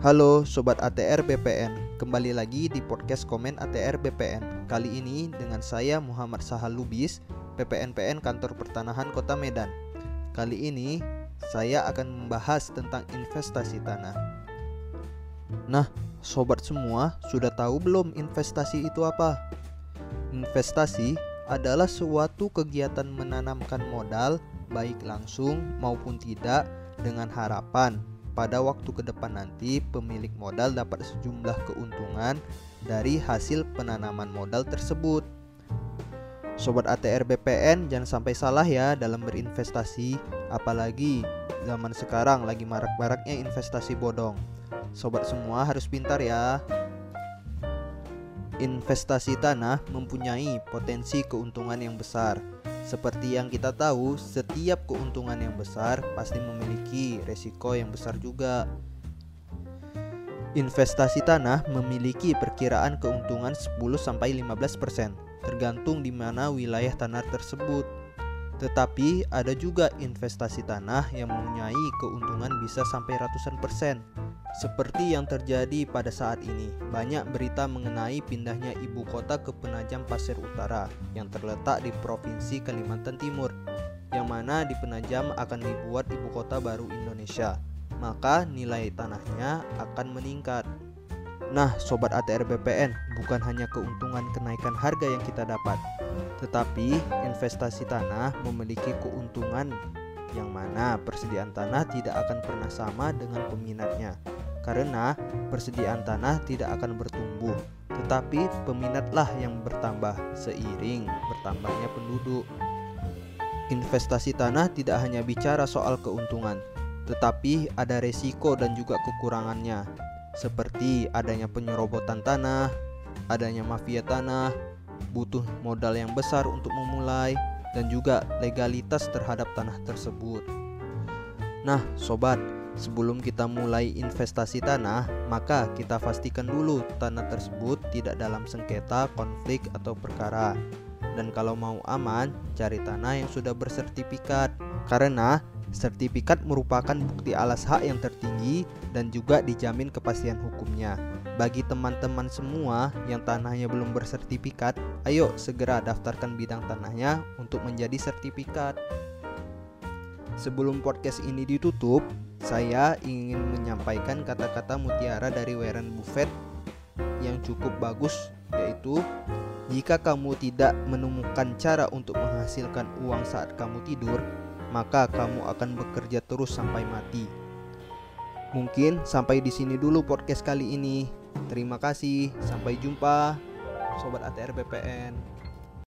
Halo Sobat ATR BPN, kembali lagi di podcast Komen ATR BPN. Kali ini dengan saya Muhammad Sahal Lubis, PPNPN Kantor Pertanahan Kota Medan. Kali ini saya akan membahas tentang investasi tanah. Nah, sobat semua sudah tahu belum investasi itu apa? Investasi adalah suatu kegiatan menanamkan modal baik langsung maupun tidak dengan harapan pada waktu ke depan nanti pemilik modal dapat sejumlah keuntungan dari hasil penanaman modal tersebut. Sobat ATR BPN jangan sampai salah ya dalam berinvestasi, apalagi zaman sekarang lagi marak-maraknya investasi bodong. Sobat semua harus pintar ya. Investasi tanah mempunyai potensi keuntungan yang besar. Seperti yang kita tahu, setiap keuntungan yang besar pasti memiliki resiko yang besar juga. Investasi tanah memiliki perkiraan keuntungan 10-15%, tergantung di mana wilayah tanah tersebut. Tetapi ada juga investasi tanah yang mempunyai keuntungan bisa sampai ratusan persen. Seperti yang terjadi pada saat ini, banyak berita mengenai pindahnya ibu kota ke Penajam Pasir Utara yang terletak di Provinsi Kalimantan Timur, yang mana di Penajam akan dibuat ibu kota baru Indonesia, maka nilai tanahnya akan meningkat. Nah, Sobat ATR BPN, bukan hanya keuntungan kenaikan harga yang kita dapat, tetapi investasi tanah memiliki keuntungan yang mana persediaan tanah tidak akan pernah sama dengan peminatnya. Karena persediaan tanah tidak akan bertumbuh, tetapi peminatlah yang bertambah seiring bertambahnya penduduk. Investasi tanah tidak hanya bicara soal keuntungan, tetapi ada resiko dan juga kekurangannya, seperti adanya penyerobotan tanah, adanya mafia tanah, butuh modal yang besar untuk memulai, dan juga legalitas terhadap tanah tersebut. Nah, sobat, sebelum kita mulai investasi tanah, maka kita pastikan dulu tanah tersebut tidak dalam sengketa, konflik, atau perkara. Dan kalau mau aman, cari tanah yang sudah bersertifikat. Karena sertifikat merupakan bukti alas hak yang tertinggi dan juga dijamin kepastian hukumnya. Bagi teman-teman semua yang tanahnya belum bersertifikat, ayo segera daftarkan bidang tanahnya untuk menjadi sertifikat. Sebelum podcast ini ditutup, saya ingin menyampaikan kata-kata mutiara dari Warren Buffett yang cukup bagus, yaitu jika kamu tidak menemukan cara untuk menghasilkan uang saat kamu tidur, maka kamu akan bekerja terus sampai mati. Mungkin sampai di sini dulu podcast kali ini. Terima kasih, sampai jumpa Sobat ATR BPN.